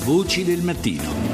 Voci del mattino.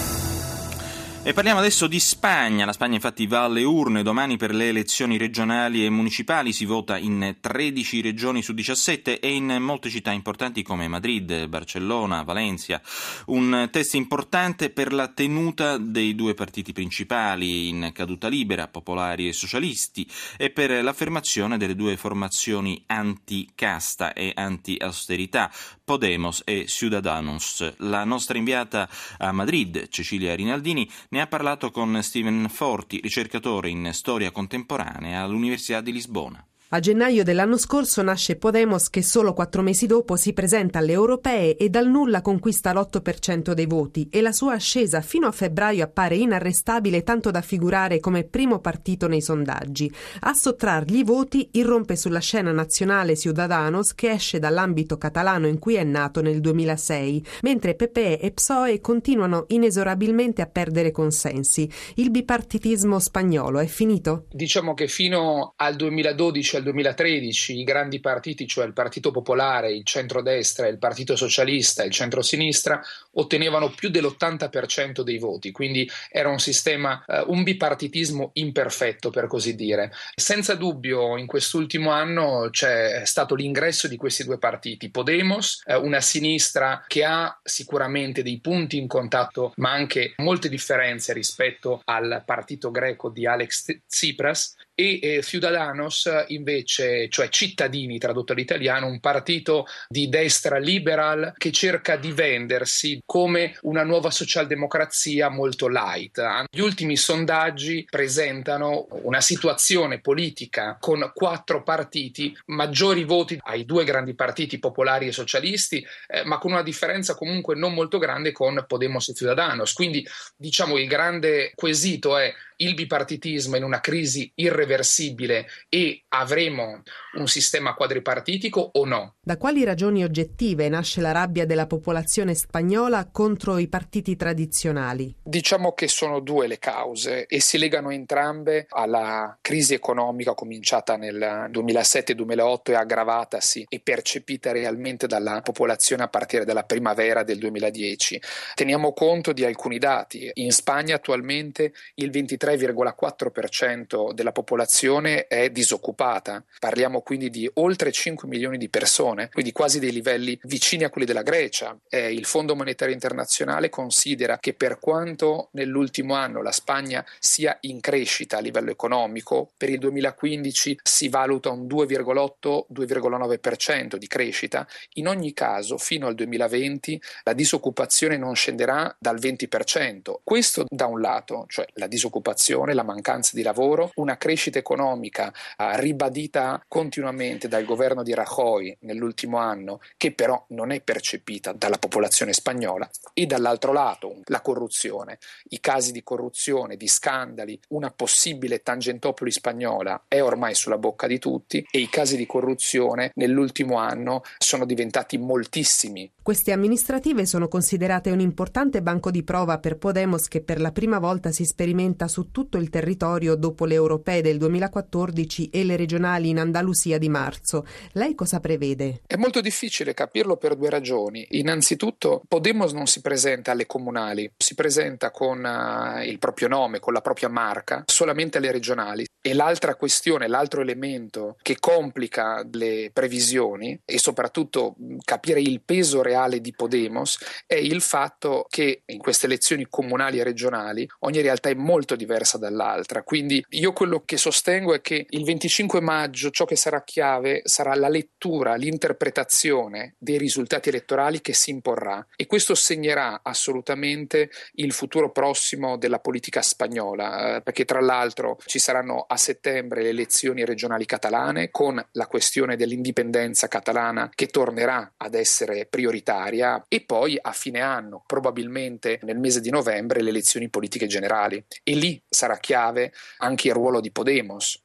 E parliamo adesso di Spagna. La Spagna infatti va alle urne domani per le elezioni regionali e municipali. Si vota in 13 regioni su 17 e in molte città importanti come Madrid, Barcellona, Valencia. Un test importante per la tenuta dei due partiti principali in caduta libera, popolari e socialisti, e per l'affermazione delle due formazioni anti-casta e anti-austerità, Podemos e Ciudadanos. La nostra inviata a Madrid, Cecilia Rinaldini, ne ha parlato con Steven Forti, ricercatore in storia contemporanea all'Università di Lisbona. A gennaio dell'anno scorso nasce Podemos, che solo 4 mesi dopo si presenta alle europee e dal nulla conquista l'8% dei voti, e la sua ascesa fino a febbraio appare inarrestabile, tanto da figurare come primo partito nei sondaggi. A sottrargli i voti irrompe sulla scena nazionale Ciudadanos, che esce dall'ambito catalano in cui è nato nel 2006, mentre PPE e PSOE continuano inesorabilmente a perdere consensi. Il bipartitismo spagnolo è finito? Diciamo che fino al 2012 al 2013 i grandi partiti, cioè il Partito Popolare, il centrodestra, il Partito Socialista e il centrosinistra, ottenevano più dell'80% dei voti, quindi era un sistema, un bipartitismo imperfetto, per così dire. Senza dubbio in quest'ultimo anno c'è stato l'ingresso di questi due partiti, Podemos, una sinistra che ha sicuramente dei punti in contatto ma anche molte differenze rispetto al partito greco di Alex Tsipras, e Ciudadanos invece, cioè Cittadini tradotto all'italiano, un partito di destra liberal che cerca di vendersi come una nuova socialdemocrazia molto light. Gli ultimi sondaggi presentano una situazione politica con 4 partiti, maggiori voti ai 2 grandi partiti popolari e socialisti, ma con una differenza comunque non molto grande con Podemos e Ciudadanos. Quindi diciamo il grande quesito è: il bipartitismo in una crisi irreversibile e avremo un sistema quadripartitico o no? Da quali ragioni oggettive nasce la rabbia della popolazione spagnola contro i partiti tradizionali? Diciamo che sono 2 le cause e si legano entrambe alla crisi economica cominciata nel 2007-2008 e aggravatasi e percepita realmente dalla popolazione a partire dalla primavera del 2010. Teniamo conto di alcuni dati. In Spagna attualmente il 23,4% della popolazione è disoccupata. Parliamo quindi di oltre 5 milioni di persone, quindi quasi dei livelli vicini a quelli della Grecia. Il Fondo Monetario Internazionale considera che per quanto nell'ultimo anno la Spagna sia in crescita a livello economico, per il 2015 si valuta un 2,8-2,9% di crescita. In ogni caso, fino al 2020 la disoccupazione non scenderà dal 20%. Questo da un lato, cioè la disoccupazione, la mancanza di lavoro, una crescita economica ribadita continuamente dal governo di Rajoy nell'ultimo anno, che però non è percepita dalla popolazione spagnola, e dall'altro lato la corruzione, i casi di corruzione, di scandali, una possibile Tangentopoli spagnola è ormai sulla bocca di tutti, e i casi di corruzione nell'ultimo anno sono diventati moltissimi. Queste amministrative sono considerate un importante banco di prova per Podemos, che per la prima volta si sperimenta su tutto il territorio dopo le europee del 2014 e le regionali in Andalusia di marzo. Lei cosa prevede? È molto difficile capirlo per 2 ragioni. Innanzitutto, Podemos non si presenta alle comunali, si presenta con il proprio nome, con la propria marca, solamente alle regionali. E l'altra questione, l'altro elemento che complica le previsioni e soprattutto capire il peso reale di Podemos è il fatto che in queste elezioni comunali e regionali ogni realtà è molto diversa dall'altra. Quindi io quello che sostengo è che il 25 maggio ciò che sarà chiave sarà la lettura, l'interpretazione dei risultati elettorali che si imporrà, e questo segnerà assolutamente il futuro prossimo della politica spagnola, perché tra l'altro ci saranno a settembre le elezioni regionali catalane, con la questione dell'indipendenza catalana che tornerà ad essere prioritaria, e poi a fine anno, probabilmente nel mese di novembre, le elezioni politiche generali, e lì sarà chiave anche il ruolo di Podemos.